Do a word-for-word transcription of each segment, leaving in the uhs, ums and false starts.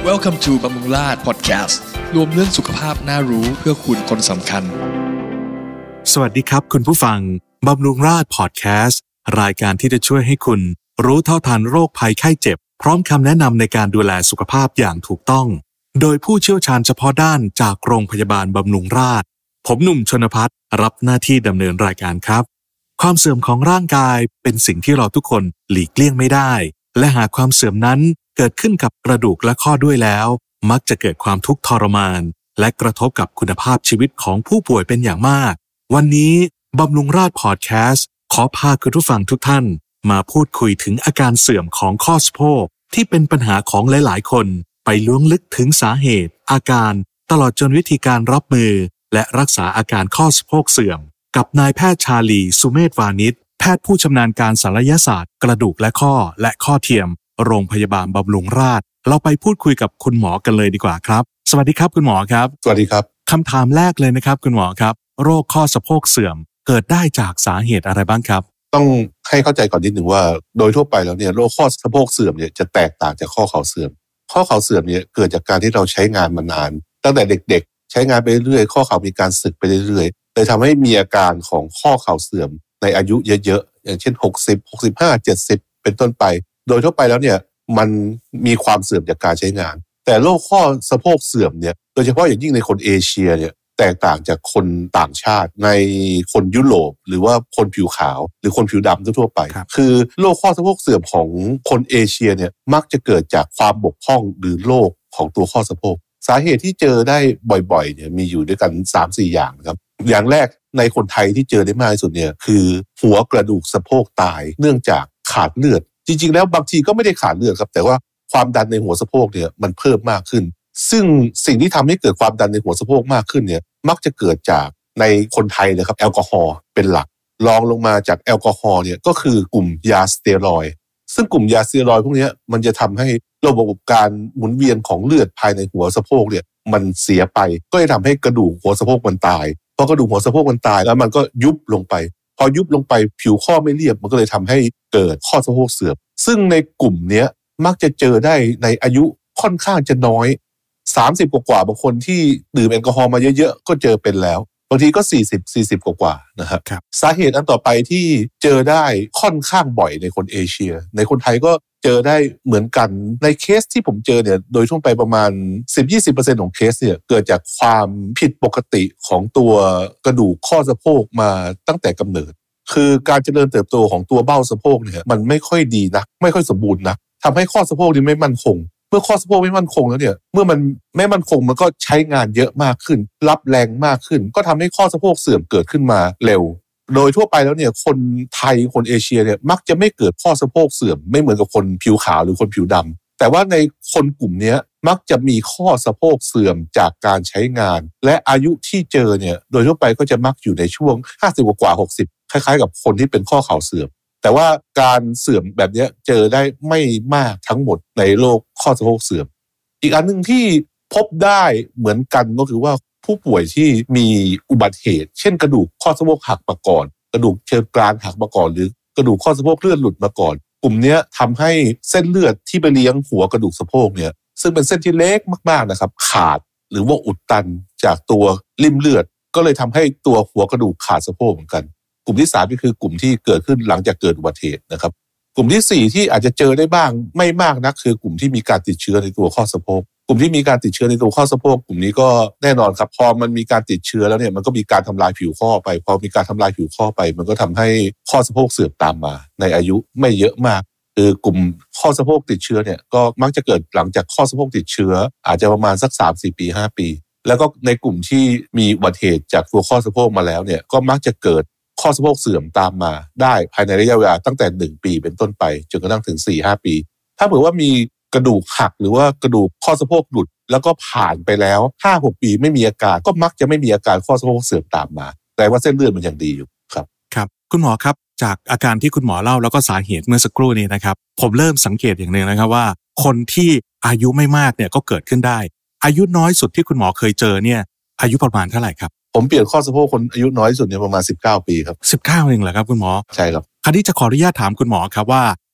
Welcome to บำรุงราษฎร์ Podcast รวมเรื่องสุขภาพน่ารู้เพื่อคุณคนสำคัญสวัสดีครับคุณผู้ฟังบำรุงราษฎร์ Podcast รายการที่จะช่วยให้คุณรู้เท่าทันโรคภัยไข้เจ็บพร้อมคำแนะนำในการดูแลสุขภาพอย่างถูกต้องโดยผู้เชี่ยวชาญเฉพาะด้านจากโรงพยาบาลบำรุงราษฎร์ผมหนุ่มชนภัทรรับหน้าที่ดำเนินรายการครับความเสื่อมของร่างกายเป็นสิ่งที่เราทุกคนหลีกเลี่ยงไม่ได้และหากความเสื่อมนั้นเกิดขึ้นกับกระดูกและข้อด้วยแล้วมักจะเกิดความทุกข์ทรมานและกระทบกับคุณภาพชีวิตของผู้ป่วยเป็นอย่างมากวันนี้บำรุงราษฎร์พอดแคสต์ขอพาคุณผู้ฟังทุกท่านมาพูดคุยถึงอาการเสื่อมของข้อสะโพกที่เป็นปัญหาของหลายๆคนไปล้วงลึกถึงสาเหตุอาการตลอดจนวิธีการรับมือและรักษาอาการข้อสะโพกเสื่อมกับนายแพทย์ชาลีสุเมธวานิชแพทย์ผู้ชำนาญการศัลยศาสตร์กระดูกและข้อและข้อเทียมโรงพยาบาลบำรุงราษฎร์เราไปพูดคุยกับคุณหมอกันเลยดีกว่าครับสวัสดีครับคุณหมอครับสวัสดีครับคำถามแรกเลยนะครับคุณหมอครับโรคข้อสะโพกเสื่อมเกิดได้จากสาเหตุอะไรบ้างครับต้องให้เข้าใจก่อนนิดหนึ่งว่าโดยทั่วไปแล้วเนี่ยโรคข้อสะโพกเสื่อมเนี่ยจะแตกต่างจากข้อเข่าเสื่อมข้อเข่าเสื่อมเนี่ยเกิดจากการที่เราใช้งานมานานตั้งแต่เด็กๆใช้งานไปเรื่อยๆข้อเข่ามีการสึกไปเรื่อยๆเลยทำให้มีอาการของข้อเข่าเสื่อมในอายุเยอะๆอย่างเช่นหกสิบ หกสิบห้า เจ็ดสิบเป็นต้นไปโดยทั่วไปแล้วเนี่ยมันมีความเสื่อมจากการใช้งานแต่โรคข้อสะโพกเสื่อมเนี่ยโดยเฉพาะอย่างยิ่งในคนเอเชียเนี่ยแตกต่างจากคนต่างชาติในคนยุโรปหรือว่าคนผิวขาวหรือคนผิวดำทั่วไปคือโรคข้อสะโพกเสื่อมของคนเอเชียเนี่ยมักจะเกิดจากความบกพร่องหรือโรคของตัวข้อสะโพกสาเหตุที่เจอได้บ่อยๆเนี่ยมีอยู่ด้วยกัน สามสี่ อย่างนะครับอย่างแรกในคนไทยที่เจอได้มากที่สุดเนี่ยคือหัวกระดูกสะโพกตายเนื่องจากขาดเลือดจริงๆแล้วบางทีก็ไม่ได้ขาดเลือดครับแต่ว่าความดันในหัวสะโพกเนี่ยมันเพิ่มมากขึ้นซึ่งสิ่งที่ทำให้เกิดความดันในหัวสะโพกมากขึ้นเนี่ยมักจะเกิดจากในคนไทยนะครับแอลกอฮอล์เป็นหลักรองลงมาจากแอลกอฮอล์เนี่ยก็คือกลุ่มยาสเตียรอยด์ซึ่งกลุ่มยาสเตียรอยด์พวกนี้มันจะทำให้ระบบการหมุนเวียนของเลือดภายในหัวสะโพกเนี่ยมันเสียไปก็จะทำให้กระดูกหัวสะโพกมันตายพอกระดูกหัวสะโพกมันตายแล้วมันก็ยุบลงไปพอยุบลงไปผิวข้อไม่เรียบมันก็เลยทำให้เกิดข้อสะโพกเสื่อมซึ่งในกลุ่มนี้มักจะเจอได้ในอายุค่อนข้างจะน้อยสามสิบกว่าๆบางคนที่ดื่มแอลกอฮอล์มาเยอะๆก็เจอเป็นแล้วบางทีก็สี่สิบ สี่สิบกว่าๆนะครับสาเหตุอันต่อไปที่เจอได้ค่อนข้างบ่อยในคนเอเชียในคนไทยก็เจอได้เหมือนกันในเคสที่ผมเจอเนี่ยโดยทั่วไปประมาณ สิบถึงยี่สิบเปอร์เซ็นต์ ของเคสเนี่ยเกิดจากความผิดปกติของตัวกระดูกข้อสะโพกมาตั้งแต่กำเนิดคือการเจริญเติบโตของตัวเบ้าสะโพกเนี่ยมันไม่ค่อยดีนักไม่ค่อยสมบูรณ์นักทำให้ข้อสะโพกนี้ไม่มั่นคงเมื่อข้อสะโพกไม่มั่นคงแล้วเนี่ยเมื่อมันไม่มั่นคงมันก็ใช้งานเยอะมากขึ้นรับแรงมากขึ้นก็ทำให้ข้อสะโพกเสื่อมเกิดขึ้นมาเร็วโดยทั่วไปแล้วเนี่ยคนไทยคนเอเชียเนี่ยมักจะไม่เกิดข้อสะโพกเสื่อมไม่เหมือนกับคนผิวขาวหรือคนผิวดำแต่ว่าในคนกลุ่มนี้มักจะมีข้อสะโพกเสื่อมจากการใช้งานและอายุที่เจอเนี่ยโดยทั่วไปก็จะมักอยู่ในช่วงห้าสิบกว่าหกสิบคล้ายๆกับคนที่เป็นข้อเข่าเสื่อมแต่ว่าการเสื่อมแบบนี้เจอได้ไม่มากทั้งหมดในโรคข้อสะโพกเสื่อมอีกอันนึงที่พบได้เหมือนกันก็คือว่าผู้ป่วยที่มีอุบัติเหตุเช่นกระดูกข้อสะโพกหักมาก่อนกระดูกเชิงกรานหักมาก่อนหรือกระดูกข้อสะโพกเลือดหลุดมาก่อนกลุ่มนี้ทำให้เส้นเลือดที่ไปเลี้ยงหัวกระดูกสะโพกเนี่ยซึ่งเป็นเส้นที่เล็กมากๆนะครับขาดหรือว่าอุดตันจากตัวริ่มเลือดก็เลยทำให้ตัวหัวกระดูกขาดสะโพกเหมือนกันกลุ่มที่สามก็คือกลุ่มที่เกิดขึ้นหลังจากเกิดอุบัติเหตุนะครับกลุ่มที่สี่ที่อาจจะเจอได้บ้างไม่มากนักคือกลุ่มที่มีการติดเชื้อในตัวข้อสะโพกกลุ่มที่มีการติดเชื้อในตัวข้อสะโพกกลุ่มนี้ก็แน่นอนครับพอมันมีการติดเชื้อแล้วเนี่ยมันก็มีการทำลายผิวข้อไปพอมีการทำลายผิวข้อไปมันก็ทำให้ข้อสะโพกเสื่อมตามมาในอายุไม่เยอะมากคือกลุ่มข้อสะโพกติดเชื้อเนี่ยก็มักจะเกิดหลังจากข้อสะโพกติดเชื้ออาจจะประมาณสัก สามถึงสี่ ปีห้าปีแล้วก็ในกลุ่มที่มีอุบัติเหตุจากตัวข้อสะโพกมาแล้วเนี่ยก็มักจะเกิดข้อสะโพกเสื่อมตามมาได้ภายในระยะเวลาตั้งแต่หนึ่งปีเป็นต้นไปจนกระทั่งถึง สี่ถึงห้า ปีถ้าเผื่อว่ามีกระดูกหักหรือว่ากระดูกข้อสะโพกหลุดแล้วก็ผ่านไปแล้ว ห้าถึงหก ปีไม่มีอาการก็มักจะไม่มีอาการข้อสะโพกเสื่อมตามมาแต่ว่าเส้นเลือดมันยังดีอยู่ครับครับคุณหมอครับจากอาการที่คุณหมอเล่าแล้วก็สาเหตุเมื่อสักครู่นี้นะครับผมเริ่มสังเกตอย่างนึงนะครับว่าคนที่อายุไม่มากเนี่ยก็เกิดขึ้นได้อายุน้อยสุดที่คุณหมอเคยเจอเนี่ยอายุประมาณเท่าไหร่ครับผมเปลี่ยนข้อสะโพกคนอายุน้อยสุดเนี่ยประมาณสิบเก้าปีครับสิบเก้าเองเหรอครับคุณหมอใช่ครับคราวนี้จะขออนุญาตถามคุณหมอครับว่า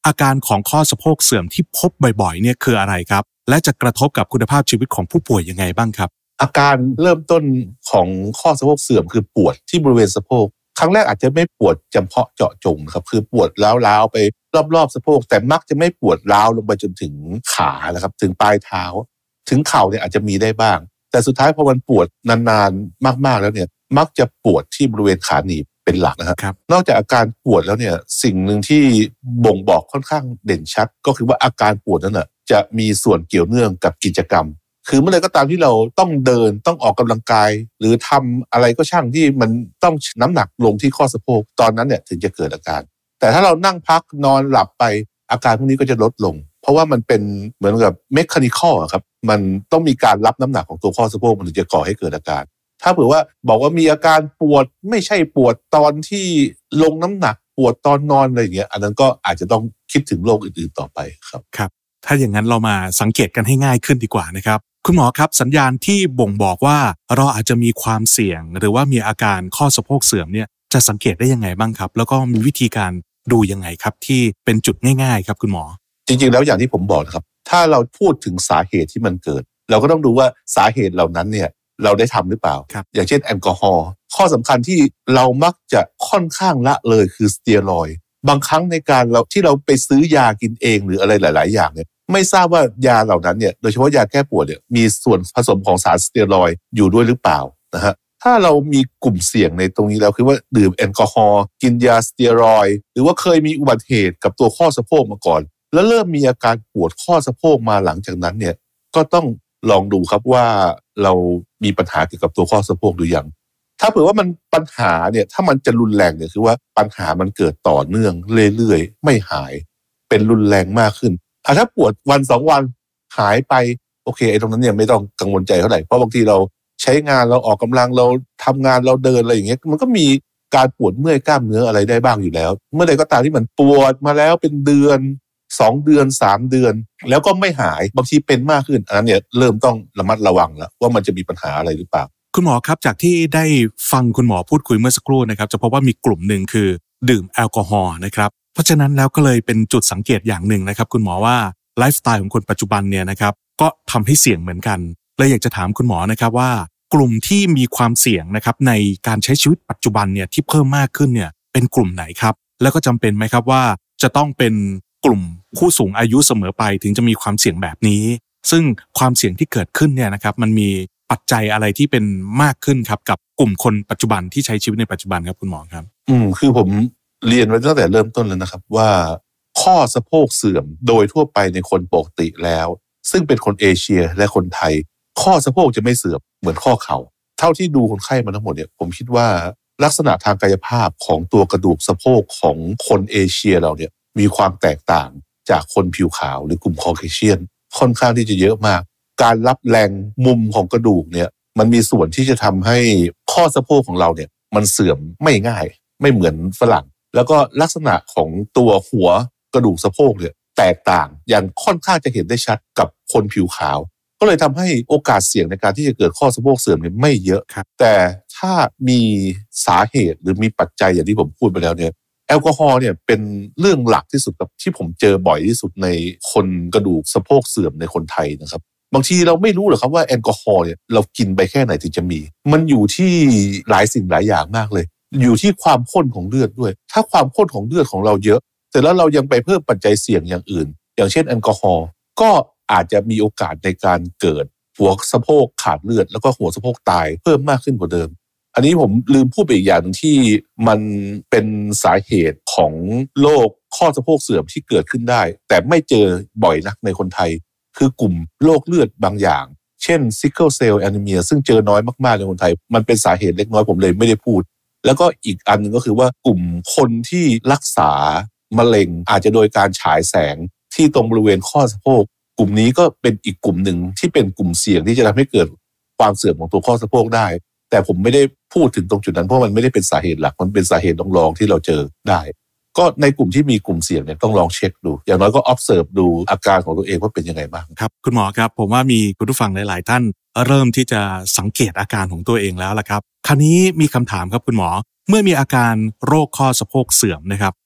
อาการของข้อสะโพกเสื่อมที่พบบ่อยๆเนี่ยคืออะไรครับและจะกระทบกับคุณภาพชีวิตของผู้ป่วยยังไงบ้างครับอาการเริ่มต้นของข้อสะโพกเสื่อมคือปวดที่บริเวณสะโพกครั้งแรกอาจจะไม่ปวดเฉพาะเจาะจงครับคือปวดร้าวๆไปรอบๆสะโพกแต่มักจะไม่ปวดร้าวลงไปจนถึงขานะครับถึงปลายเท้าถึงเข่าเนี่ยอาจจะมีได้บ้างแต่สุดท้ายพอมันปวดนานๆมากๆแล้วเนี่ยมักจะปวดที่บริเวณขาหนีบเป็นหลักนะครับนอกจากอาการปวดแล้วเนี่ยสิ่งหนึ่งที่บ่งบอกค่อนข้างเด่นชัดก็คือว่าอาการปวดนั้นน่ะจะมีส่วนเกี่ยวเนื่องกับกิจกรรมคือเมื่อไรก็ตามที่เราต้องเดินต้องออกกำลังกายหรือทำอะไรก็ช่างที่มันต้องน้ำหนักลงที่ข้อสะโพกตอนนั้นเนี่ยถึงจะเกิดอาการแต่ถ้าเรานั่งพักนอนหลับไปอาการพวกนี้ก็จะลดลงเพราะว่ามันเป็นเหมือนกับเมคานิคอลครับมันต้องมีการรับน้ำหนักของตัวข้อสะโพกมันถึงจะก่อให้เกิดอาการถ้าเผื่อว่าบอกว่ามีอาการปวดไม่ใช่ปวดตอนที่ลงน้ำหนักปวดตอนนอนอะไรอย่างเงี้ยอันนั้นก็อาจจะต้องคิดถึงโรคอื่นๆต่อไปครับครับถ้าอย่างนั้นเรามาสังเกตกันให้ง่ายขึ้นดีกว่านะครับคุณหมอครับสัญญาณที่บ่งบอกว่าเราอาจจะมีความเสี่ยงหรือว่ามีอาการข้อสะโพกเสื่อมเนี่ยจะสังเกตได้ยังไงบ้างครับแล้วก็มีวิธีการดูยังไงครับที่เป็นจุดง่ายๆครับคุณหมอจริงๆแล้วอย่างที่ผมบอกนะครับถ้าเราพูดถึงสาเหตุที่มันเกิดเราก็ต้องดูว่าสาเหตุเหล่านั้นเนี่ยเราได้ทำหรือเปล่าอย่างเช่นแอลกอฮอล์ข้อสำคัญที่เรามักจะค่อนข้างละเลยคือสเตียรอยด์บางครั้งในการเราที่เราไปซื้อยากินเองหรืออะไรหลายๆอย่างเนี่ยไม่ทราบว่ายาเหล่านั้นเนี่ยโดยเฉพาะยาแก้ปวดเนี่ยมีส่วนผสมของสารสเตียรอยด์อยู่ด้วยหรือเปล่านะฮะถ้าเรามีกลุ่มเสี่ยงในตรงนี้แล้วคือว่าดื่มแอลกอฮอล์กินยาสเตียรอยด์หรือว่าเคยมีอุบัติเหตุกับตัวข้อสะโพกมาก่อนแล้วเริ่มมีอาการปวดข้อสะโพกมาหลังจากนั้นเนี่ยก็ต้องลองดูครับว่าเรามีปัญหาเกี่ยวกับตัวข้อสะโพกหรือยังถ้าเผื่อว่ามันปัญหาเนี่ยถ้ามันจะรุนแรงเนี่ยคือว่าปัญหามันเกิดต่อเนื่องเรื่อยๆไม่หายเป็นรุนแรงมากขึ้นถ้าปวดวันสองวันหายไปโอเคไอ้ตรงนั้นเนี่ยไม่ต้องกังวลใจเท่าไหร่เพราะบางทีเราใช้งานเราออกกำลังเราทำงานเราเดินอะไรอย่างเงี้ยมันก็มีการปวดเมื่อยกล้ามเนื้ออะไรได้บ้างอยู่แล้วเมื่อใดก็ตามที่มันปวดมาแล้วเป็นเดือนสองเดือนสามเดือนแล้วก็ไม่หายบางทีเป็นมากขึ้นอันนั้นเนี่ยเริ่มต้องระมัดระวังแล้วว่ามันจะมีปัญหาอะไรหรือเปล่าคุณหมอครับจากที่ได้ฟังคุณหมอพูดคุยเมื่อสักครู่นะครับจะพบว่ามีกลุ่มหนึ่งคือดื่มแอลกอฮอล์นะครับเพราะฉะนั้นแล้วก็เลยเป็นจุดสังเกตอย่างหนึ่งนะครับคุณหมอว่าไลฟ์สไตล์ของคนปัจจุบันเนี่ยนะครับก็ทำให้เสี่ยงเหมือนกันเลยอยากจะถามคุณหมอนะครับว่ากลุ่มที่มีความเสี่ยงนะครับในการใช้ชีวิตปัจจุบันเนี่ยที่เพิ่มมากขึ้นเนี่ยเป็นกลุ่มไหนครับแล้วก็จำเป็นไหมครับว่าจะต้องเป็นกลุ่มผู้สูงอายุเสมอไปถึงจะมีความเสี่ยงแบบนี้ซึ่งความเสี่ยงที่เกิดขึ้นเนี่ยนะครับมันมีปัจจัยอะไรที่เป็นมากขึ้นครับกับกลุ่มคนปัจจุบันที่ใช้ชีวิตในปัจจุบันครับคุณหมอครับอืมคือผมเรียนไว้ตั้งแต่เริ่มต้นแล้วนะครับว่าข้อสะโพกเสื่อมโดยทั่วไปในคนปกติแล้วซึ่งเป็นคนเอเชียและคนไทยข้อสะโพกจะไม่เสื่อมเหมือนข้อเข่าเท่าที่ดูคนไข้มาทั้งหมดเนี่ยผมคิดว่าลักษณะทางกายภาพของตัวกระดูกสะโพกของคนเอเชียเราเนี่ยมีความแตกต่างจากคนผิวขาวหรือกลุ่มคอเคเชียนค่อนข้างที่จะเยอะมากการรับแรงมุมของกระดูกเนี่ยมันมีส่วนที่จะทำให้ข้อสะโพกของเราเนี่ยมันเสื่อมไม่ง่ายไม่เหมือนฝรั่งแล้วก็ลักษณะของตัวหัวกระดูกสะโพกเนี่ยแตกต่างอย่างค่อนข้างจะเห็นได้ชัดกับคนผิวขาวก็เลยทำให้โอกาสเสี่ยงในการที่จะเกิดข้อสะโพกเสื่อมเนี่ยไม่เยอะแต่ถ้ามีสาเหตุหรือมีปัจจัยอย่างที่ผมพูดไปแล้วเนี่ยแอลกอฮอล์เนี่ยเป็นเรื่องหลักที่สุดกับที่ผมเจอบ่อยที่สุดในคนกระดูกสะโพกเสื่อมในคนไทยนะครับบางทีเราไม่รู้หรอกครับว่าแอลกอฮอล์เนี่ยเรากินไปแค่ไหนถึงจะมีมันอยู่ที่หลายสิ่งหลายอย่างมากเลยอยู่ที่ความข้นของเลือดด้วยถ้าความข้นของเลือดของเราเยอะแต่แล้วเรายังไปเพิ่มปัจจัยเสี่ยงอย่างอื่นอย่างเช่นแอลกอฮอล์ก็อาจจะมีโอกาสในการเกิดหัวสะโพกขาดเลือดแล้วก็หัวสะโพกตายเพิ่มมากขึ้นกว่าเดิมอันนี้ผมลืมพูดไปอีกอย่างนึงที่มันเป็นสาเหตุของโรคข้อสะโพกเสื่อมที่เกิดขึ้นได้แต่ไม่เจอบ่อยนักในคนไทยคือกลุ่มโรคเลือดบางอย่างเช่น Sickle Cell Anemia ซึ่งเจอน้อยมากๆในคนไทยมันเป็นสาเหตุเล็กน้อยผมเลยไม่ได้พูดแล้วก็อีกอันนึงก็คือว่ากลุ่มคนที่รักษามะเร็งอาจจะโดยการฉายแสงที่ตรงบริเวณข้อสะโพกกลุ่มนี้ก็เป็นอีกกลุ่มหนึ่งที่เป็นกลุ่มเสี่ยงที่จะทำให้เกิดความเสื่อมของตัวข้อสะโพกได้แต่ผมไม่ได้พูดถึงตรงจุดนั้นเพราะมันไม่ได้เป็นสาเหตุหลักมันเป็นสาเหตุรองๆที่เราเจอได้ก็ในกลุ่มที่มีกลุ่มเสี่ยงเนี่ยต้องลองเช็คดูอย่างน้อยก็ observe ดูอาการของตัวเองว่าเป็นยังไงบ้างครับคุณหมอครับผมว่ามีคุณผู้ฟังหลายๆท่านเริ่มที่จะสังเกตอาการของตัวเองแล้วล่ะครับคราวนี้มีคำถามครับคุณหมอเมื่อมีอาการโรคข้อสะโพกเสื่อมนะครับ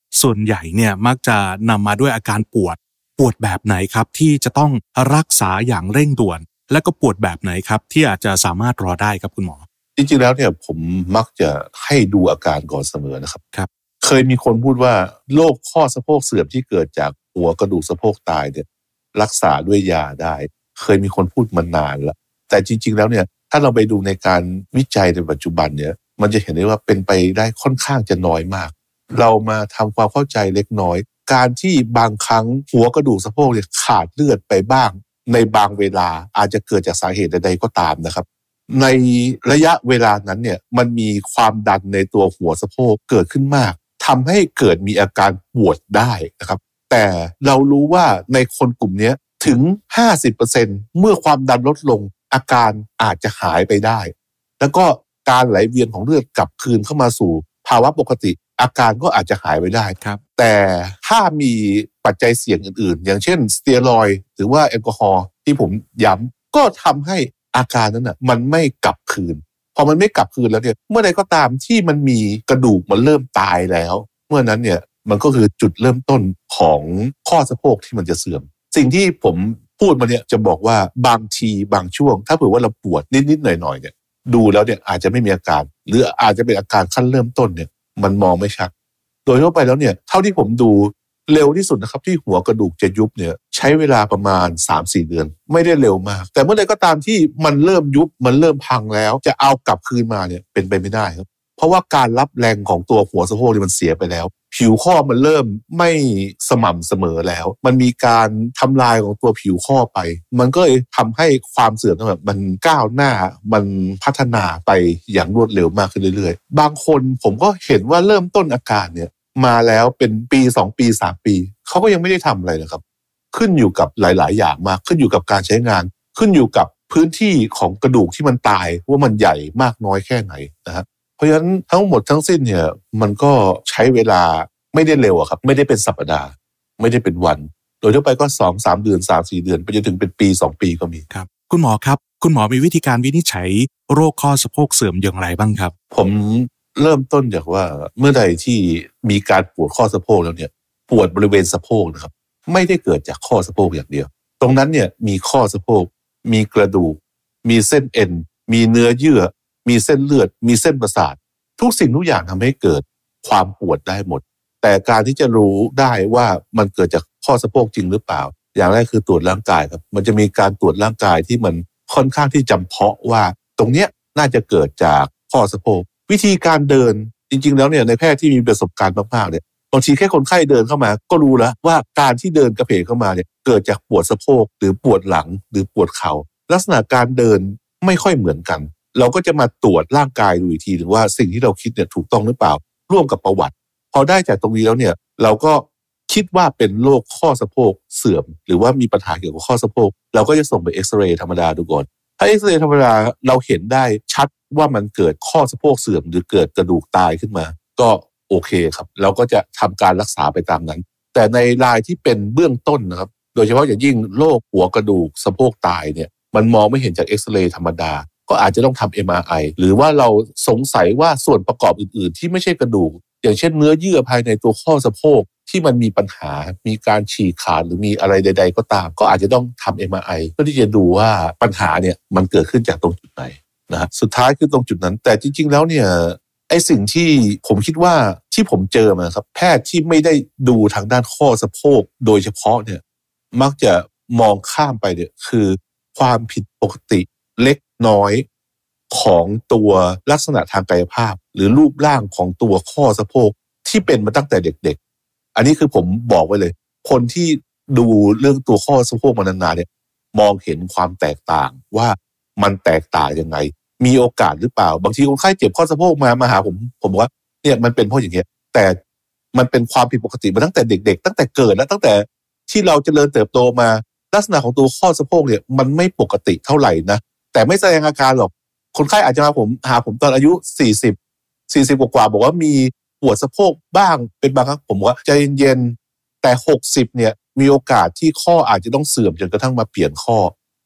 ส่วนใหญ่เนี่ยมักจะนำมาด้วยอาการปวดปวดแบบไหนครับที่จะต้องรักษาอย่างเร่งด่วนและก็ปวดแบบไหนครับที่อาจจะสามารถรอได้ครับคุณหมอจริงๆแล้วเนี่ยผมมักจะให้ดูอาการก่อนเสมอนะครับครับเคยมีคนพูดว่าโรคข้อสะโพกเสื่อมที่เกิดจากหัวกระดูกสะโพกตายเนี่ยรักษาด้วยยาได้เคยมีคนพูดมานานแล้วแต่จริงๆแล้วเนี่ยถ้าเราไปดูในการวิจัยในปัจจุบันเนี่ยมันจะเห็นได้ว่าเป็นไปได้ค่อนข้างจะน้อยมากเรามาทำความเข้าใจเล็กน้อยการที่บางครั้งหัวกระดูกสะโพกเนี่ยขาดเลือดไปบ้างในบางเวลาอาจจะเกิดจากสาเหตุใดๆก็ตามนะครับในระยะเวลานั้นเนี่ยมันมีความดันในตัวหัวสะโพกเกิดขึ้นมากทำให้เกิดมีอาการปวดได้นะครับแต่เรารู้ว่าในคนกลุ่มนี้ถึง ห้าสิบเปอร์เซ็นต์ เมื่อความดันลดลงอาการอาจจะหายไปได้แล้วก็การไหลเวียนของเลือดกลับคืนเข้ามาสู่ภาวะปกติอาการก็อาจจะหายไปได้ครับแต่ถ้ามีปัจจัยเสี่ยงอื่นๆอย่างเช่นสเตียรอยด์หรือว่าแอลกอฮอล์ที่ผมย้ำก็ทำให้อาการนั้นน่ะมันไม่กลับคืนพอมันไม่กลับคืนแล้วเนี่ยเมื่อใดก็ตามที่มันมีกระดูกมันเริ่มตายแล้วเมื่อนั้นเนี่ยมันก็คือจุดเริ่มต้นของข้อสะโพกที่มันจะเสื่อมสิ่งที่ผมพูดมาเนี่ยจะบอกว่าบางทีบางช่วงถ้าเผื่อว่าเราปวดนิดๆหน่อยๆเนี่ยดูแล้วเนี่ยอาจจะไม่มีอาการหรืออาจจะเป็นอาการขั้นเริ่มต้นเนี่ยมันมองไม่ชัดโดยทั่วไปแล้วเนี่ยเท่าที่ผมดูเร็วที่สุดนะครับที่หัวกระดูกจะยุบเนี่ยใช้เวลาประมาณ สามถึงสี่ เดือนไม่ได้เร็วมากแต่เมื่อใดก็ตามที่มันเริ่มยุบมันเริ่มพังแล้วจะเอากลับคืนมาเนี่ยเป็นไปไม่ได้ครับเพราะว่าการรับแรงของตัวหัวสะโพกเนี่ยมันเสียไปแล้วผิวข้อมันเริ่มไม่สม่ำเสมอแล้วมันมีการทำลายของตัวผิวข้อไปมันก็เลยทำให้ความเสื่อมแบบมันก้าวหน้ามันพัฒนาไปอย่างรวดเร็วมากขึ้นเรื่อยๆบางคนผมก็เห็นว่าเริ่มต้นอาการเนี่ยมาแล้วเป็นปีสองปีสามปีเขาก็ยังไม่ได้ทำอะไรนะครับขึ้นอยู่กับหลายๆอย่างมากขึ้นอยู่กับการใช้งานขึ้นอยู่กับพื้นที่ของกระดูกที่มันตายว่ามันใหญ่มากน้อยแค่ไหนนะครับเพราะฉะนั้นทั้งหมดทั้งสิ้นเนี่ยมันก็ใช้เวลาไม่ได้เร็วอะครับไม่ได้เป็นสัปดาห์ไม่ได้เป็นวันโดยทั่วไปก็ สองถึงสาม เดือน สามถึงสี่ เดือนไปจนถึงเป็นปีสองปีก็มีครับคุณหมอครับคุณหมอมีวิธีการวินิจฉัยโรคข้อสะโพกเสื่อมอย่างไรบ้างครับผมเริ่มต้นจากว่าเมื่อใดที่มีการปวดข้อสะโพกแล้วเนี่ยปวดบริเวณสะโพกนะครับไม่ได้เกิดจากข้อสะโพกอย่างเดียวตรงนั้นเนี่ยมีข้อสะโพกมีกระดูกมีเส้นเอ็นมีเนื้อเยื่อมีเส้นเลือดมีเส้นประสาททุกสิ่งทุกอย่างทำให้เกิดความปวดได้หมดแต่การที่จะรู้ได้ว่ามันเกิดจากข้อสะโพกจริงหรือเปล่าอย่างแรกคือตรวจร่างกายครับมันจะมีการตรวจร่างกายที่มันค่อนข้างที่จำเพาะว่าตรงเนี้ยน่าจะเกิดจากข้อสะโพกวิธีการเดินจริงๆแล้วเนี่ยในแพทย์ที่มีประสบการณ์มากๆเนี่ยบางทีแค่คนไข้เดินเข้ามาก็รู้แล้วว่าการที่เดินกระเพกเข้ามาเนี่ยเกิดจากปวดสะโพกหรือปวดหลังหรือปวดเข่าลักษณะการเดินไม่ค่อยเหมือนกันเราก็จะมาตรวจร่างกายดูอีกทีถึงว่าสิ่งที่เราคิดเนี่ยถูกต้องหรือเปล่าร่วมกับประวัติพอได้จากตรงนี้แล้วเนี่ยเราก็คิดว่าเป็นโรคข้อสะโพกเสื่อมหรือว่ามีปัญหาเกี่ยวกับข้อสะโพกเราก็จะส่งไปเอ็กซเรย์ธรรมดาดูก่อนถ้าเอ็กซเรย์ธรรมดาเราเห็นได้ชัดว่ามันเกิดข้อสะโพกเสื่อมหรือเกิดกระดูกตายขึ้นมาก็โอเคครับเราก็จะทำการรักษาไปตามนั้นแต่ในรายที่เป็นเบื้องต้นนะครับโดยเฉพาะอย่างยิ่งโรคหัวกระดูกสะโพกตายเนี่ยมันมองไม่เห็นจากเอ็กซเรย์ธรรมดาก็อาจจะต้องทำ เอ็ม อาร์ ไอ หรือว่าเราสงสัยว่าส่วนประกอบอื่นๆที่ไม่ใช่กระดูกอย่างเช่นเนื้อเยื่อภายในตัวข้อสะโพกที่มันมีปัญหามีการฉีกขาดหรือมีอะไรใดๆก็ตามก็อาจจะต้องทำ เอ็ม อาร์ ไอ เพื่อที่จะดูว่าปัญหาเนี่ยมันเกิดขึ้นจากตรงจุดไหนนะฮะสุดท้ายคือตรงจุดนั้นแต่จริงๆแล้วเนี่ยไอ้สิ่งที่ผมคิดว่าที่ผมเจอมาครับแพทย์ที่ไม่ได้ดูทางด้านข้อสะโพกโดยเฉพาะเนี่ยมักจะมองข้ามไปเนี่ยคือความผิดปกติเล็กน้อยของตัวลักษณะทางกายภาพหรือรูปร่างของตัวข้อสะโพกที่เป็นมาตั้งแต่เด็กๆอันนี้คือผมบอกไว้เลยคนที่ดูเรื่องตัวข้อสะโพกมานานๆเนี่ยมองเห็นความแตกต่างว่ามันแตกต่างยังไงมีโอกาสหรือเปล่าบางทีคนไข้เจ็บข้อสะโพกมามาหาผมผมบอกว่าเนี่ยมันเป็นเพราะอย่างเงี้ยแต่มันเป็นความผิดปกติมาตั้งแต่เด็กๆตั้งแต่เกิดแล้วตั้งแต่ที่เราเจริญเติบโตมาลักษณะของตัวข้อสะโพกเนี่ยมันไม่ปกติเท่าไหร่นะแต่ไม่แสดงอาการหรอกคนไข้อาจจะมาผมหาผมตอนอายุสี่สิบ สี่สิบกว่าๆบอกว่ามีปวดสะโพกบ้างเป็นบางครั้งผมว่าใจเย็นๆแต่หกสิบเนี่ยมีโอกาสที่ข้ออาจจะต้องเสื่อมจนกระทั่งมาเปลี่ยนข้อ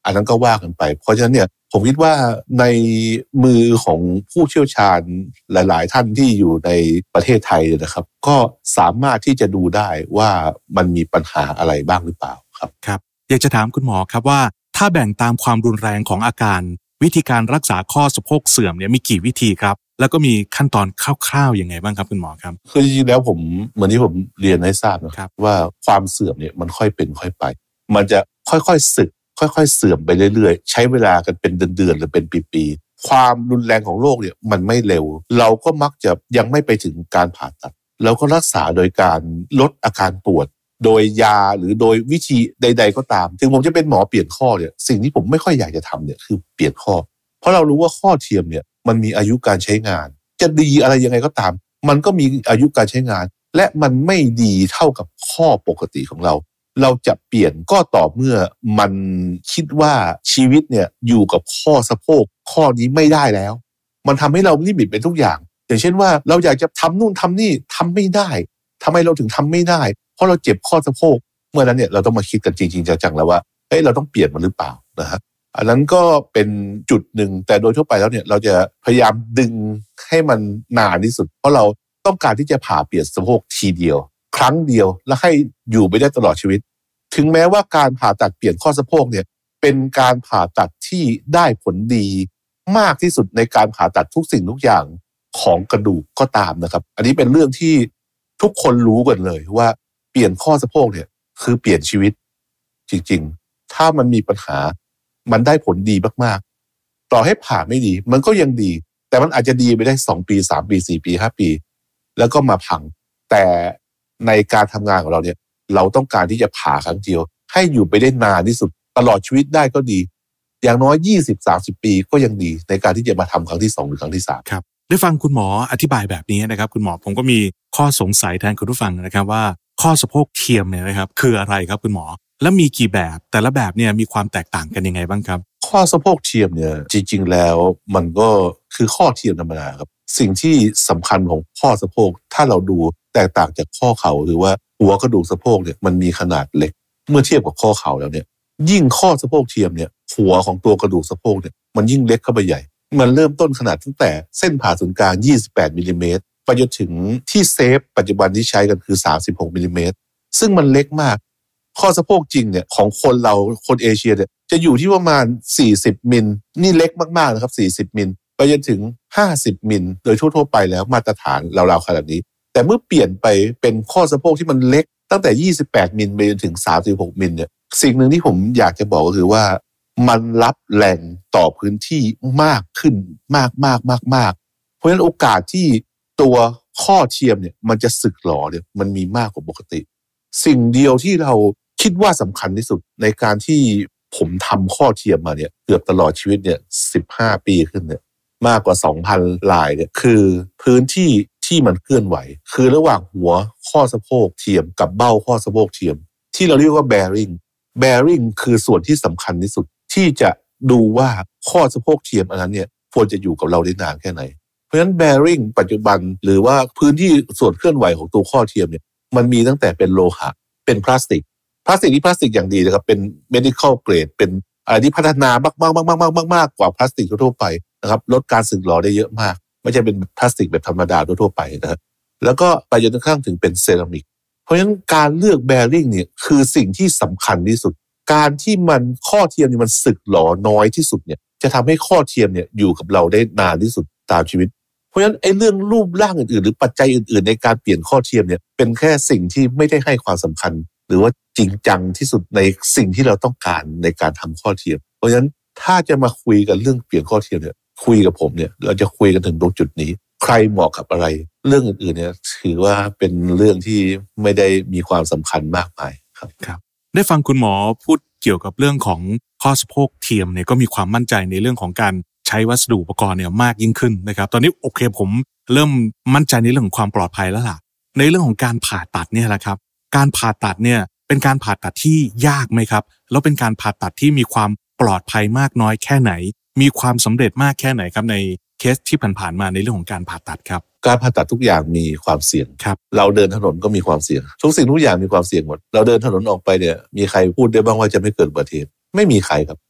อันนั้นก็ว่ากันไปเพราะฉะนั้นเนี่ยผมคิดว่าในมือของผู้เชี่ยวชาญหลายๆท่านที่อยู่ในประเทศไทยนะครับก็สามารถที่จะดูได้ว่ามันมีปัญหาอะไรบ้างหรือเปล่าครับครับอยากจะถามคุณหมอครับว่าถ้าแบ่งตามความรุนแรงของอาการวิธีการรักษาข้อสะโพกเสื่อมเนี่ยมีกี่วิธีครับแล้วก็มีขั้นตอนคร่าวๆยังไงบ้างครับคุณหมอครับคือจริงๆแล้วผมเหมือนที่ผมเรียนให้ทราบนะครับว่าความเสื่อมเนี่ยมันค่อยเป็นค่อยไปมันจะค่อยๆสึกค่อยๆเสื่อมไปเรื่อยๆใช้เวลากันเป็นเดือนๆหรือเป็นปีๆความรุนแรงของโรคเนี่ยมันไม่เร็วเราก็มักจะยังไม่ไปถึงการผ่าตัดแล้วก็รักษาโดยการลดอาการปวดโดยยาหรือโดยวิธีใดๆก็ตามถึงผมจะเป็นหมอเปลี่ยนข้อเนี่ยสิ่งที่ผมไม่ค่อยอยากจะทำเนี่ยคือเปลี่ยนข้อเพราะเรารู้ว่าข้อเทียมเนี่ยมันมีอายุการใช้งานจะดีอะไรยังไงก็ตามมันก็มีอายุการใช้งานและมันไม่ดีเท่ากับข้อปกติของเราเราจะเปลี่ยนก็ต่อเมื่อมันคิดว่าชีวิตเนี่ยอยู่กับข้อสะโพกข้อนี้ไม่ได้แล้วมันทำให้เราลิมิตไปทุกอย่างอย่างเช่นว่าเราอยากจะทำนู่นทำนี่ทำไม่ได้ทำไมเราถึงทำไม่ได้เพราะเราเจ็บข้อสะโพกเมื่อนั้นเนี่ยเราต้องมาคิดกันจริงๆจังๆแล้วว่าเฮ้ยเราต้องเปลี่ยนมันหรือเปล่านะฮะอันนั้นก็เป็นจุดหนึ่งแต่โดยทั่วไปแล้วเนี่ยเราจะพยายามดึงให้มันนานที่สุดเพราะเราต้องการที่จะผ่าเปลี่ยนสะโพกทีเดียวครั้งเดียวแล้วให้อยู่ไปได้ตลอดชีวิตถึงแม้ว่าการผ่าตัดเปลี่ยนข้อสะโพกเนี่ยเป็นการผ่าตัดที่ได้ผลดีมากที่สุดในการผ่าตัดทุกสิ่งทุกอย่างของกระดูกก็ตามนะครับอันนี้เป็นเรื่องที่ทุกคนรู้กันเลยว่าเปลี่ยนข้อสะโพกเนี่ยคือเปลี่ยนชีวิตจริงๆถ้ามันมีปัญหามันได้ผลดีมากๆต่อให้ผ่าไม่ดีมันก็ยังดีแต่มันอาจจะดีไปได้สองปีสามปีสี่ปีห้าปีแล้วก็มาพังแต่ในการทำงานของเราเนี่ยเราต้องการที่จะผ่าครั้งเดียวให้อยู่ไปได้นานที่สุดตลอดชีวิตได้ก็ดีอย่างน้อย ยี่สิบถึงสามสิบ ปีก็ยังดีในการที่จะมาทำครั้งที่สองหรือครั้งที่สามครับได้ฟังคุณหมออธิบายแบบนี้นะครับคุณหมอผมก็มีข้อสงสัยแทนคุณผู้ฟังนะครับว่าข้อสะโพกเทียมเนี่ยนะครับคืออะไรครับคุณหมอและมีกี่แบบแต่ละแบบเนี่ยมีความแตกต่างกันยังไงบ้างครับข้อสะโพกเทียมเนี่ยจริงๆแล้วมันก็คือข้อเทียมธรรมดาครับสิ่งที่สำคัญของข้อสะโพกถ้าเราดูแตกต่างจากข้อเข่าหรือว่าหัวกระดูกสะโพกเนี่ยมันมีขนาดเล็กเมื่อเทียบกับข้อเข่าแล้วเนี่ยยิ่งข้อสะโพกเทียมเนี่ยหัวของตัวกระดูกสะโพกเนี่ยมันยิ่งเล็กเข้าไปใหญ่มันเริ่มต้นขนาดตั้งแต่เส้นผ่าศูนย์กลางยี่สิบแปดมิลลิเมตรไปจนถึงที่เซฟปัจจุบันที่ใช้กันคือสามสิบหกมิลลิเมตรซึ่งมันเล็กมากข้อสะโพกจริงเนี่ยของคนเราคนเอเชียเนี่ยจะอยู่ที่ประมาณสี่สิบมิลนี่เล็กมากๆนะครับสี่สิบมิลไปจนถึงห้าสิบมิลโดยทั่วๆไปแล้วมาตรฐานราวๆขนาดนี้แต่เมื่อเปลี่ยนไปเป็นข้อสะโพกที่มันเล็กตั้งแต่ยี่สิบแปดมิลไปจนถึงสามสิบหกมิลเนี่ยสิ่งหนึ่งที่ผมอยากจะบอกก็คือว่ามันรับแรงต่อพื้นที่มากขึ้นมากมากมากมากเพราะฉะนั้นโอกาสที่ตัวข้อเทียมเนี่ยมันจะสึกหรอเนี่ยมันมีมากกว่าปกติสิ่งเดียวที่เราคิดว่าสำคัญที่สุดในการที่ผมทำข้อเทียมมาเนี่ยเกือบตลอดชีวิตเนี่ยสิบห้าปีขึ้นเนี่ยมากกว่า สองพัน ลายเนี่ยคือพื้นที่ที่มันเคลื่อนไหวคือระหว่างหัวข้อสะโพกเทียมกับเบ้าข้อสะโพกเทียมที่เราเรียกว่า bearing bearing คือส่วนที่สำคัญที่สุดที่จะดูว่าข้อสะโพกเทียมอันนั้นเนี่ยควรจะอยู่กับเราได้นานแค่ไหนเพราะฉะนั้น bearing ปัจจุบันหรือว่าพื้นที่ส่วนเคลื่อนไหวของตัวข้อเทียมเนี่ยมันมีตั้งแต่เป็นโลหะเป็นพลาสติกพลาสติกนี่พลาสติกอย่างดีนะครับเป็น medical grade เป็นอะไรที่พัฒนามากมากมากมากมากมากมากกว่าพลาสติกทั่วไปนะครับลดการสึกหรอได้เยอะมากไม่ใช่เป็นพลาสติกแบบธรรมดาทั่วไปนะครับแล้วก็ไปจนกระทั่งถึงเป็นเซรามิกเพราะฉะนั้นการเลือก bearing เนี่ยคือสิ่งที่สำคัญที่สุดการที่มันข้อเทียมเนี่ยมันสึกหรอน้อยที่สุดเนี่ยจะทำให้ข้อเทียมเนี่ยอยู่กับเราได้นานที่สุดตามชีวิตเพราะฉะนั้นไอ้เรื่องรูปร่างอื่นๆหรือปัจจัยอื่นๆในการเปลี่ยนข้อเทียมเนี่ยเป็นแค่สิ่งที่ไม่ได้ให้ความสำคัญหรือว่าจริงจังที่สุดในสิ่งที่เราต้องการในการทำข้อเทียมเพราะฉะนั้นถ้าจะมาคุยกันเรื่องเปลี่ยนข้อเทียมเนี่ยคุยกับผมเนี่ยเราจะคุยกันถึงตรงจุดนี้ใครเหมาะกับอะไรเรื่องอื่นๆเนี่ยถือว่าเป็นเรื่องที่ไม่ได้มีความสำคัญมากมายครับครับได้ฟังคุณหมอพูดเกี่ยวกับเรื่องของข้อสะโพกเทียมเนี่ยก็มีความมั่นใจในเรื่องของการใช้วัสดุอุปกรณ์เนี่ยมากยิ่งขึ้นนะครับตอนนี้โอเคผมเริ่มมั่นใจในเรื่องของความปลอดภัยแล้วล่ะในเรื่องของการผ่าตัดเนี่ยแหละครับการผ่าตัดเนี่ยเป็นการผ่าตัดที่ยากไหมครับแล้วเป็นการผ่าตัดที่มีความปลอดภัยมากน้อยแค่ไหนมีความสำเร็จมากแค่ไหนครับในเคสที่ผ่านๆมาในเรื่องของการผ่าตัดครับการผ่าตัดทุกอย่างมีความเสี่ยงครับเราเดินถนนก็มีความเสี่ยงทุกสิ่งทุกอย่างมีความเสี่ยงหมดเราเดินถนนออกไปเนี่ยมีใครพูดได้บ้างว่าจะไม่เกิดอุบัติเหตุไม่มีใครครับ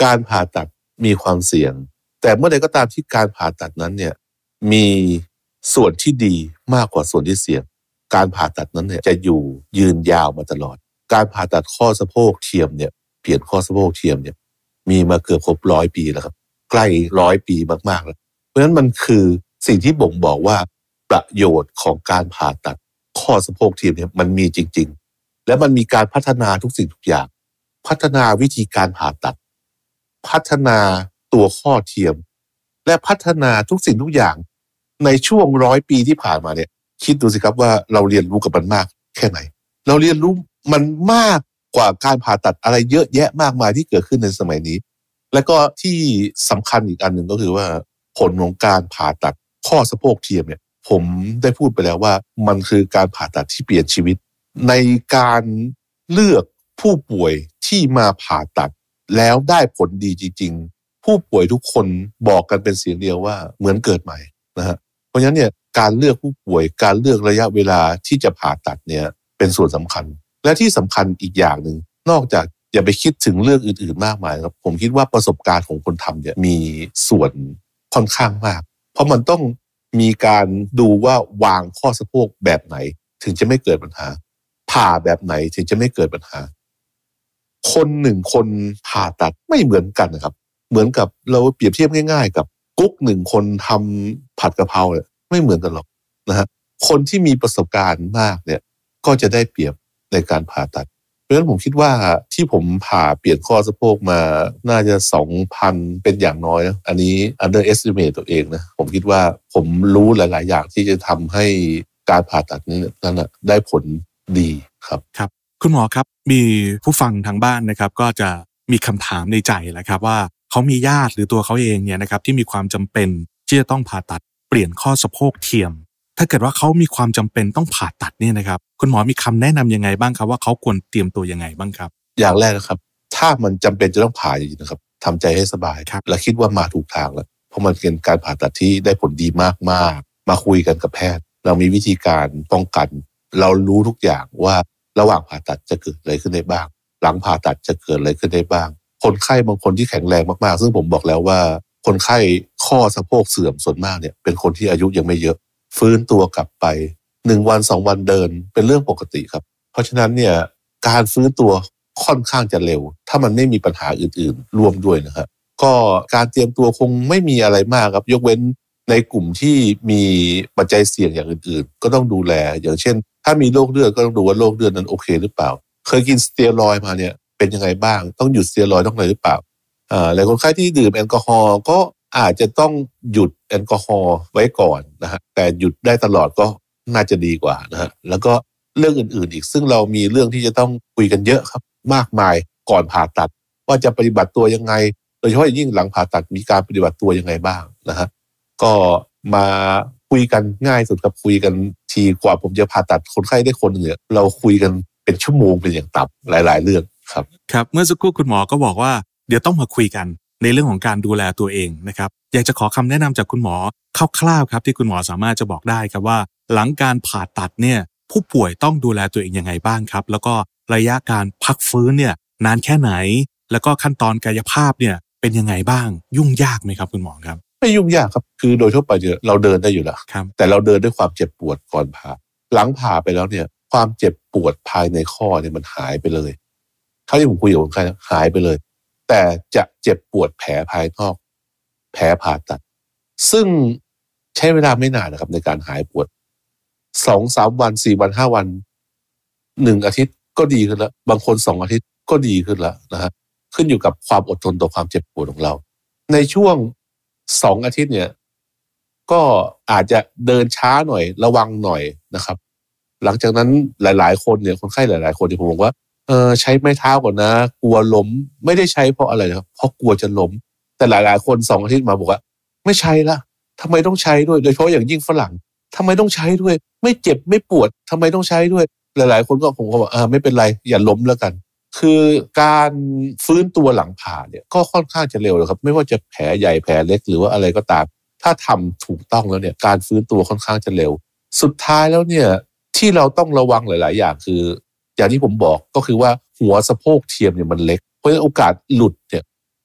การผ่าตัดมีความเสี่ยงแต่เมื่อใดก็ตามที่การผ่าตัดนั้นเนี่ยมีส่วนที่ดีมากกว่าส่วนที่เสี่ยงการผ่าตัดนั้นเนี่ยจะอยู่ยืนยาวมาตลอดการผ่าตัดข้อสะโพกเทียมเนี่ยเปลี่ยนข้อสะโพกเทียมเนี่ยมีมาเกือบครบร้อยปีแล้วครับใกล้ร้อยปีมากๆแล้วเพราะฉะนั้นมันคือสิ่งที่บ่งบอกว่าประโยชน์ของการผ่าตัดข้อสะโพกเทียมเนี่ยมันมีจริงๆและมันมีการพัฒนาทุกสิ่งทุกอย่างพัฒนาวิธีการผ่าตัดพัฒนาตัวข้อเทียมและพัฒนาทุกสิ่งทุกอย่างในช่วงร้อยปีที่ผ่านมาเนี่ยคิดดูสิครับว่าเราเรียนรู้กับมันมากแค่ไหนเราเรียนรู้มันมากกว่าการผ่าตัดอะไรเยอะแยะมากมายที่เกิดขึ้นในสมัยนี้และก็ที่สำคัญอีกอันหนึ่งก็คือว่าผลของการผ่าตัดข้อสะโพกเทียมเนี่ยผมได้พูดไปแล้วว่ามันคือการผ่าตัดที่เปลี่ยนชีวิตในการเลือกผู้ป่วยที่มาผ่าตัดแล้วได้ผลดีจริงๆผู้ป่วยทุกคนบอกกันเป็นเสียงเดียวว่าเหมือนเกิดใหม่นะฮะเพราะฉะนั้นเนี่ยการเลือกผู้ป่วยการเลือกระยะเวลาที่จะผ่าตัดเนี่ยเป็นส่วนสำคัญและที่สำคัญอีกอย่างหนึ่งนอกจากอย่าไปคิดถึงเรื่องอื่นๆมากมายครับผมคิดว่าประสบการณ์ของคนทำเนี่ยมีส่วนค่อนข้างมากเพราะมันต้องมีการดูว่าวางข้อสะโพกแบบไหนถึงจะไม่เกิดปัญหาผ่าแบบไหนถึงจะไม่เกิดปัญหาคนหนึ่งคนผ่าตัดไม่เหมือนกันนะครับเหมือนกับเราเปรียบเทียบง่ายๆกับกุ๊กหนึ่งคนทำผัดกะเพราเนี่ยไม่เหมือนกันหรอกนะฮะคนที่มีประสบการณ์มากเนี่ยก็จะได้เปรียบในการผ่าตัดเพราะฉะนั้นผมคิดว่าที่ผมผ่าเปลี่ยนข้อสะโพกมาน่าจะ สองพัน เป็นอย่างน้อยนะอันนี้ underestimate ตัวเองนะผมคิดว่าผมรู้หลายๆอย่างที่จะทำให้การผ่าตัดนี้นั่นนะได้ผลดีครับครับคุณหมอครับมีผู้ฟังทางบ้านนะครับก็จะมีคำถามในใจแหละครับว่าเขามีญาติหรือตัวเขาเองเนี่ยนะครับที่มีความจำเป็นที่จะต้องผ่าตัดเปลี่ยนข้อสะโพกเทียมถ้าเกิดว่าเขามีความจำเป็นต้องผ่าตัดเนี่ยนะครับคุณหมอมีคำแนะนำยังไงบ้างครับว่าเขาควรเตรียมตัวยังไงบ้างครับอย่างแรกนะครับถ้ามันจำเป็นจะต้องผ่าจริงๆนะครับทำใจให้สบายและคิดว่ามาถูกทางแล้วเพราะมันเป็นการผ่าตัดที่ได้ผลดีมากๆมาคุยกันกับแพทย์เรามีวิธีการป้องกันเรารู้ทุกอย่างว่าระหว่างผ่าตัดจะเกิดอะไรขึ้นได้บ้างหลังผ่าตัดจะเกิดอะไรขึ้นได้บ้างคนไข้บางคนที่แข็งแรงมากๆซึ่งผมบอกแล้วว่าคนไข้ข้อสะโพกเสื่อมส่วนมากเนี่ยเป็นคนที่อายุยังไม่เยอะฟื้นตัวกลับไปหนึ่งวันสองวันเดินเป็นเรื่องปกติครับเพราะฉะนั้นเนี่ยการฟื้นตัวค่อนข้างจะเร็วถ้ามันไม่มีปัญหาอื่นๆร่วมด้วยนะครับก็การเตรียมตัวคงไม่มีอะไรมากครับยกเว้นในกลุ่มที่มีปัจจัยเสี่ยงอย่างอื่นๆก็ต้องดูแลอย่างเช่นถ้ามีโรคเลือดก็ต้องดูว่าโรคเลือดนั้นโอเคหรือเปล่าเคยกินสเตียรอยด์มาเนี่ยเป็นยังไงบ้างต้องหยุดสเตียรอยด์ต้องอะไรหรือเปล่าอ่าและคนไข้ที่ดื่มแอลกอฮอล์ก็อาจจะต้องหยุดแอลกอฮอล์ไว้ก่อนนะฮะแต่หยุดได้ตลอดก็น่าจะดีกว่านะฮะแล้วก็เรื่องอื่นๆอีกซึ่งเรามีเรื่องที่จะต้องคุยกันเยอะครับมากมายก่อนผ่าตัดว่าจะปฏิบัติตัวยังไงโดยเฉพาะยิ่งหลังผ่าตัดมีการปฏิบัติตัวยังไงบ้างนะฮะก็มาคุยกันง่ายสุดครับคุยกันทีกว่าผมจะผ่าตัดคนไข้ได้คนหนึ่งเนี่ยเราคุยกันเป็นชั่วโมงเป็นอย่างต่ำหลายๆเรื่องครับครับเมื่อสักครู่คุณหมอก็บอกว่าเดี๋ยวต้องมาคุยกันในเรื่องของการดูแลตัวเองนะครับอยากจะขอคำแนะนำจากคุณหมอคร่าวๆครับที่คุณหมอสามารถจะบอกได้ครับว่าหลังการผ่าตัดเนี่ยผู้ป่วยต้องดูแลตัวเองยังไงบ้างครับแล้วก็ระยะการพักฟื้นเนี่ยนานแค่ไหนแล้วก็ขั้นตอนกายภาพเนี่ยเป็นยังไงบ้างยุ่งยากไหมครับคุณหมอครับไม่ยุ่งยากครับคือโดยทั่วไปเนี่ยเราเดินได้อยู่แล้วแต่เราเดินด้วยความเจ็บปวดก่อนผ่าหลังผ่าไปแล้วเนี่ยความเจ็บปวดภายในข้อเนี่ยมันหายไปเลยเท่าที่ผมคุยกับคนไข้หายไปเลยแต่จะเจ็บปวดแผลภายนอกแผลผ่าตัดซึ่งใช้เวลาไม่นานนะครับในการหายปวดสองสามวันสี่วันห้าวันหนึ่งอาทิตย์ก็ดีขึ้นแล้วบางคนสองอาทิตย์ก็ดีขึ้นแล้วนะฮะขึ้นอยู่กับความอดทนต่อความเจ็บปวดของเราในช่วงสองอาทิตย์เนี่ยก็อาจจะเดินช้าหน่อยระวังหน่อยนะครับหลังจากนั้นหลายๆคนเนี่ยคนไข้หลายๆคนที่ผมบอกว่าเออใช้ไม้เท้าก่อนนะกลัวล้มไม่ได้ใช้เพราะอะไรนะครับเพราะกลัวจะล้มแต่หลายๆคนสองอาทิตย์มาบอกว่าไม่ใช้ละทำไมต้องใช้ด้วยโดยเฉพาะอย่างยิ่งฝรั่งทำไมต้องใช้ด้วยไม่เจ็บไม่ปวดทำไมต้องใช้ด้วยหลายๆคนก็ผมก็บอกอ่าไม่เป็นไรอย่าล้มแล้วกันคือการฟื้นตัวหลังผ่าเนี่ยก็ค่อนข้างจะเร็วเลยครับไม่ว่าจะแผลใหญ่แผลเล็กหรือว่าอะไรก็ตามถ้าทำถูกต้องแล้วเนี่ยการฟื้นตัวค่อนข้างจะเร็วสุดท้ายแล้วเนี่ยที่เราต้องระวังหลายๆอย่างคืออย่างที่ผมบอกก็คือว่าหัวสะโพกเทียมเนี่ยมันเล็กเพราะฉะนั้นโอกาสหลุดเนี่ย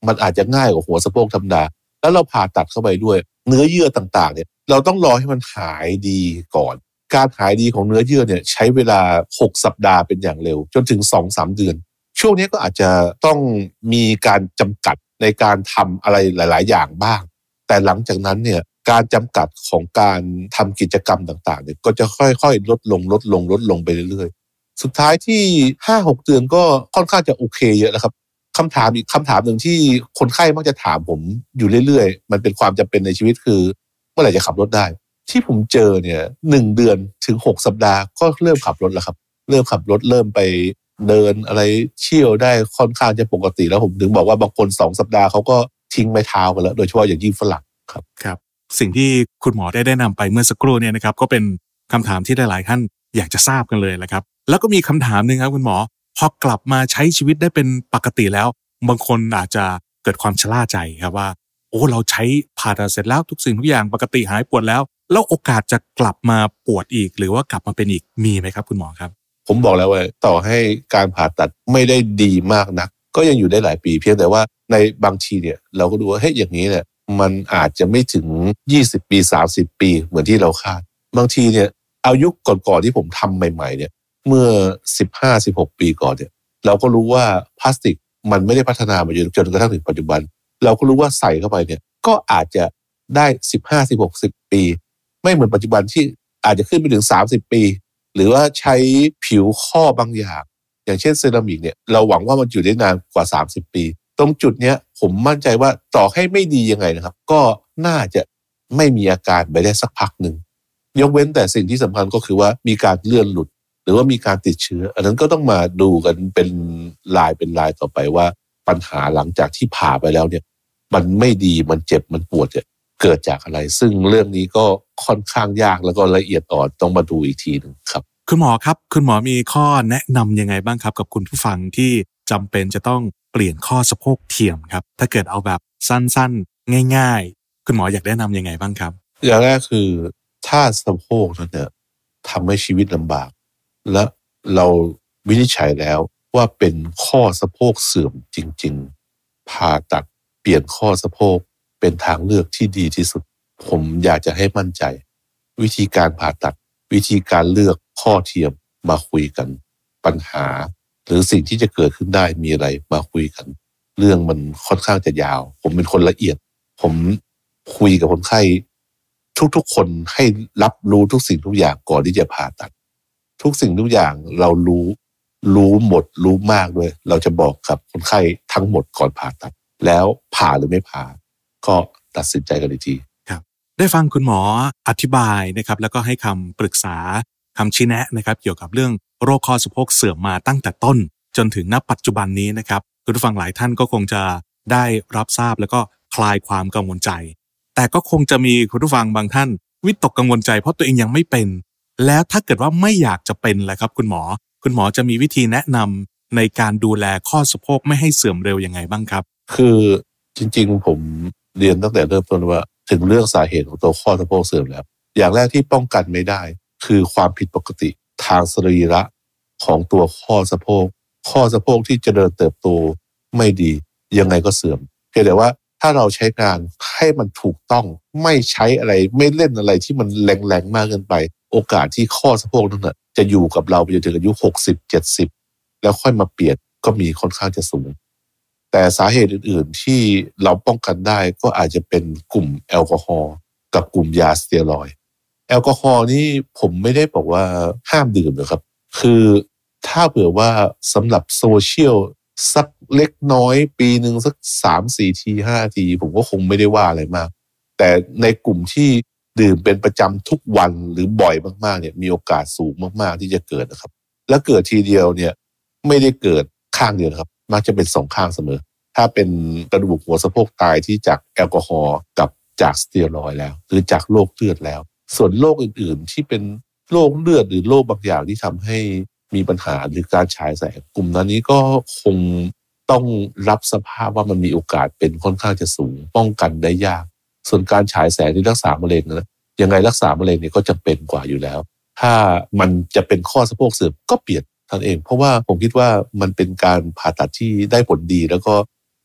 มันอาจจะง่ายกว่าหัวสะโพกธรรมดาแล้วเราผ่าตัดเข้าไปด้วยเนื้อเยื่อต่างๆเนี่ยเราต้องรอให้มันหายดีก่อนการหายดีของเนื้อเยื่อเนี่ยใช้เวลาหกสัปดาห์เป็นอย่างเร็วจนถึง สองถึงสาม เดือนช่วงนี้ก็อาจจะต้องมีการจำกัดในการทำอะไรหลายๆอย่างบ้างแต่หลังจากนั้นเนี่ยการจำกัดของการทำกิจกรรมต่างๆเนี่ยก็จะค่อยๆลดลงลดลงลดลงไปเรื่อยๆสุดท้ายที่ ห้าหก เดือนก็ค่อนข้างจะโอเคเยอะแล้วครับคำถามอีกคำถามหนึ่งที่คนไข้มักจะถามผมอยู่เรื่อยๆมันเป็นความจำเป็นในชีวิตคือเมื่อไหร่จะขับรถได้ที่ผมเจอเนี่ยหนึ่งเดือนถึงหกสัปดาห์ก็เริ่มขับรถแล้วครับเริ่มขับรถเริ่มไปเดินอะไรเชี่ยวได้ค่อนข้างจะปกติแล้วผมถึงบอกว่าบางคนสองสัปดาห์เขาก็ทิ้งไม้เท้ากันแล้วโดยเฉพาะอย่างยิ่งฝรั่งครับครับสิ่งที่คุณหมอได้แนะนำไปเมื่อสักครู่เนี่ยนะครับก็เป็นคำถามที่หลายๆท่านอยากจะทราบกันเลยแหละครับแล้วก็มีคำถามนึงครับคุณหมอพอกลับมาใช้ชีวิตได้เป็นปกติแล้วบางคนอาจจะเกิดความชะล่าใจครับว่าโอ้เราใช้ผ่าตัดเสร็จแล้วทุกสิ่งทุกอย่างปกติหายปวดแล้วแล้วโอกาสจะกลับมาปวดอีกหรือว่ากลับมาเป็นอีกมีไหมครับคุณหมอครับผมบอกแล้วว่าต่อให้การผ่าตัดไม่ได้ดีมากนักก็ยังอยู่ได้หลายปีเพียงแต่ว่าในบางทีเนี่ยเราก็ดูว่าเฮ้ยอย่างนี้เนี่ยมันอาจจะไม่ถึงยี่สิบปีสามสิบปีเหมือนที่เราคาดบางทีเนี่ยอายุก่อนๆที่ผมทำใหม่ๆเนี่ยเมื่อสิบห้า สิบหกปีก่อนเนี่ยเราก็รู้ว่าพลาสติกมันไม่ได้พัฒนามาจนกระทั่งถึงปัจจุบันเราก็รู้ว่าใส่เข้าไปเนี่ยก็อาจจะได้สิบห้า สิบหก สิบปีไม่เหมือนปัจจุบันที่อาจจะขึ้นไปถึงสามสิบปีหรือว่าใช้ผิวข้อบางอย่างอย่างเช่นเซรามิกเนี่ยเราหวังว่ามันอยู่ได้นานกว่าสามสิบปีตรงจุดเนี้ยผมมั่นใจว่าต่อให้ไม่ดียังไงนะครับก็น่าจะไม่มีอาการไปได้สักพักหนึ่งยกเว้นแต่สิ่งที่สำคัญก็คือว่ามีการเลื่อนหลุดหรือว่ามีการติดเชื้ออันนั้นก็ต้องมาดูกันเป็นรายเป็นรายต่อไปว่าปัญหาหลังจากที่ผ่าไปแล้วเนี่ยมันไม่ดีมันเจ็บมันปวดเนี่ยเกิดจากอะไรซึ่งเรื่องนี้ก็ค่อนข้างยากแล้วก็ละเอียดอ่อนต้องมาดูอีกทีนึงครับคุณหมอครับคุณหมอมีข้อแนะนำยังไงบ้างครับกับคุณผู้ฟังที่จำเป็นจะต้องเปลี่ยนข้อสะโพกเทียมครับถ้าเกิดเอาแบบสั้นๆง่ายๆคุณหมออยากแนะนำยังไงบ้างครับอย่างแรกคือถ้าสะโพกนั้นเนี่ยทำให้ชีวิตลำบากและเราวินิจฉัยแล้วว่าเป็นข้อสะโพกเสื่อมจริงๆผ่าตัดเปลี่ยนข้อสะโพกเป็นทางเลือกที่ดีที่สุดผมอยากจะให้มั่นใจวิธีการผ่าตัดวิธีการเลือกข้อเทียมมาคุยกันปัญหาหรือสิ่งที่จะเกิดขึ้นได้มีอะไรมาคุยกันเรื่องมันค่อนข้างจะยาวผมเป็นคนละเอียดผมคุยกับคนไข้ทุกๆคนให้รับรู้ทุกสิ่งทุกอย่างก่อนที่จะผ่าตัดทุกสิ่งทุกอย่างเรารู้รู้หมดรู้มากด้วยเราจะบอกกับคนไข้ทั้งหมดก่อนผ่าตัดแล้วผ่าหรือไม่ผ่าก็ตัดสินใจกันอีกทีครับได้ฟังคุณหมออธิบายนะครับแล้วก็ให้คำปรึกษาคำชี้แนะนะครับเกี่ยวกับเรื่องโรคข้อสะโพกเสื่อมมาตั้งแต่ต้นจนถึงณปัจจุบันนี้นะครับคุณผู้ฟังหลายท่านก็คงจะได้รับทราบแล้วก็คลายความกังวลใจแต่ก็คงจะมีคุณผู้ฟังบางท่านวิตกกังวลใจเพราะตัวเองยังไม่เป็นแล้วถ้าเกิดว่าไม่อยากจะเป็นแหละครับคุณหมอคุณหมอจะมีวิธีแนะนำในการดูแลข้อสะโพกไม่ให้เสื่อมเร็วยังไงบ้างครับคือจริงๆผมเรียนตั้งแต่เริ่มต้นว่าถึงเรื่องสาเหตุของตัวข้อสะโพกเสื่อมแล้วอย่างแรกที่ป้องกันไม่ได้คือความผิดปกติทางสรีระของตัวข้อสะโพกข้อสะโพกที่เจริญเติบโตไม่ดียังไงก็เสื่อมเพียงแต่ว่าถ้าเราใช้งานให้มันถูกต้องไม่ใช้อะไรไม่เล่นอะไรที่มันแรงๆมากเกินไปโอกาสที่ข้อสะโพกนั้นจะอยู่กับเราไปจนถึงอายุหกสิบ เจ็ดสิบแล้วค่อยมาเปลี่ยนก็มีค่อนข้างจะสูงแต่สาเหตุอื่นๆที่เราป้องกันได้ก็อาจจะเป็นกลุ่มแอลกอฮอล์กับกลุ่มยาสเตียรอยด์แอลกอฮอล์นี่ผมไม่ได้บอกว่าห้ามดื่มนะครับคือถ้าเผื่อว่าสำหรับโซเชียลสักเล็กน้อยปีหนึ่งสัก สามถึงสี่ ทีห้าทีผมก็คงไม่ได้ว่าอะไรมากแต่ในกลุ่มที่ดื่มเป็นประจำทุกวันหรือบ่อยมากๆเนี่ยมีโอกาสสูงมากๆที่จะเกิดนะครับและเกิดทีเดียวเนี่ยไม่ได้เกิดข้างเดียวครับมักจะเป็นสองข้างเสมอถ้าเป็นกระดูกหัวสะโพกตายที่จากแอลกอฮอล์กับจากสเตียรอยด์แล้วหรือจากโรคเลือดแล้วส่วนโรคอื่นๆที่เป็นโรคเลือดหรือโรคบางอย่างที่ทำให้มีปัญหาหรือการฉายแสงกลุ่มนั้นนี้ก็คงต้องรับสภาพว่ามันมีโอกาสเป็นค่อนข้างจะสูงป้องกันได้ยากส่วนการฉายแสงที่รักษามะเร็งนะยังไงรักษามะเร็งเนี่ยก็จำเป็นกว่าอยู่แล้วถ้ามันจะเป็นข้อสะโพกเสื่อมก็เปลี่ยนท่านเองเพราะว่าผมคิดว่ามันเป็นการผ่าตัดที่ได้ผลดีแล้วก็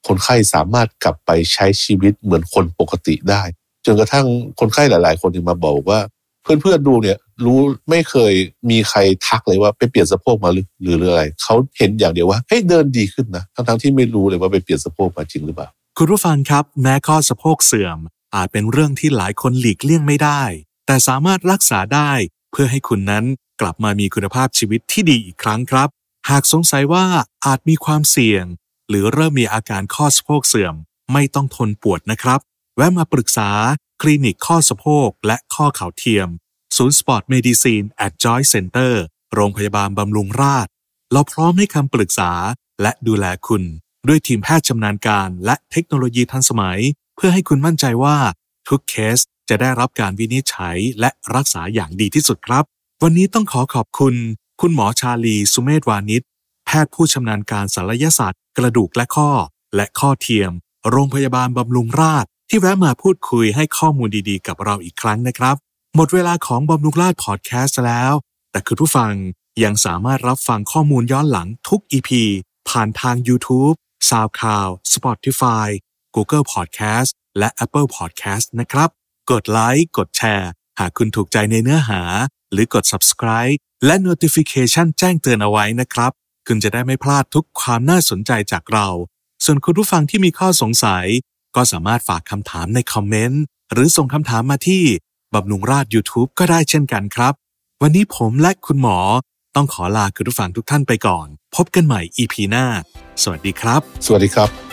คนไข้สามารถกลับไปใช้ชีวิตเหมือนคนปกติได้จนกระทั่งคนไข้หลายๆคนที่มาบอกว่าเพื่อนๆดูเนี่ยรู้ไม่เคยมีใครทักเลยว่าไปเปลี่ยนสะโพกมาหรือหรืออะไรเขาเห็นอย่างเดียวว่าเฮ้ยเดินดีขึ้นนะทั้งๆที่ไม่รู้เลยว่าไปเปลี่ยนสะโพกมาจริงหรือเปล่าคุณผู้ฟังครับแม้ข้อสะโพกเสื่อมอาจเป็นเรื่องที่หลายคนหลีกเลี่ยงไม่ได้แต่สามารถรักษาได้เพื่อให้คุณนั้นกลับมามีคุณภาพชีวิตที่ดีอีกครั้งครับหากสงสัยว่าอาจมีความเสี่ยงหรือเริ่มมีอาการข้อสะโพกเสื่อมไม่ต้องทนปวดนะครับแวะมาปรึกษาคลินิกข้อสะโพกและข้อเข่าเทียมศูนย์สปอร์ตเมดิซีนแอดจอยเซ็นเตอร์โรงพยาบาลบำรุงราษฎร์เราพร้อมให้คำปรึกษาและดูแลคุณด้วยทีมแพทย์ชำนาญการและเทคโนโลยีทันสมัยเพื่อให้คุณมั่นใจว่าทุกเคสจะได้รับการวินิจฉัยและรักษาอย่างดีที่สุดครับวันนี้ต้องขอขอบคุณคุณหมอชาลีสุเมธวานิชแพทย์ผู้ชำนาญการศัลยศาสตร์กระดูกและข้อและข้อเทียมโรงพยาบาลบำรุงราษฎร์ที่แวะมาพูดคุยให้ข้อมูลดีๆกับเราอีกครั้งนะครับหมดเวลาของบำรุงราษฎร์พอดแคสต์แล้วแต่คุณผู้ฟังยังสามารถรับฟังข้อมูลย้อนหลังทุก อี พี ผ่านทาง YouTube SoundCloud Spotify Google Podcast และ Apple Podcast นะครับกดไลค์กดแชร์หากคุณถูกใจในเนื้อหาหรือกด Subscribe และ Notification แจ้งเตือนเอาไว้นะครับคุณจะได้ไม่พลาดทุกความน่าสนใจจากเราส่วนคุณผู้ฟังที่มีข้อสงสัยก็สามารถฝากคำถามในคอมเมนต์หรือส่งคำถามมาที่บำรุงราษฎร์ YouTube ก็ได้เช่นกันครับวันนี้ผมและคุณหมอต้องขอลาคุณผู้ฟังทุกท่านไปก่อนพบกันใหม่ อี พี หน้าสวัสดีครับสวัสดีครับ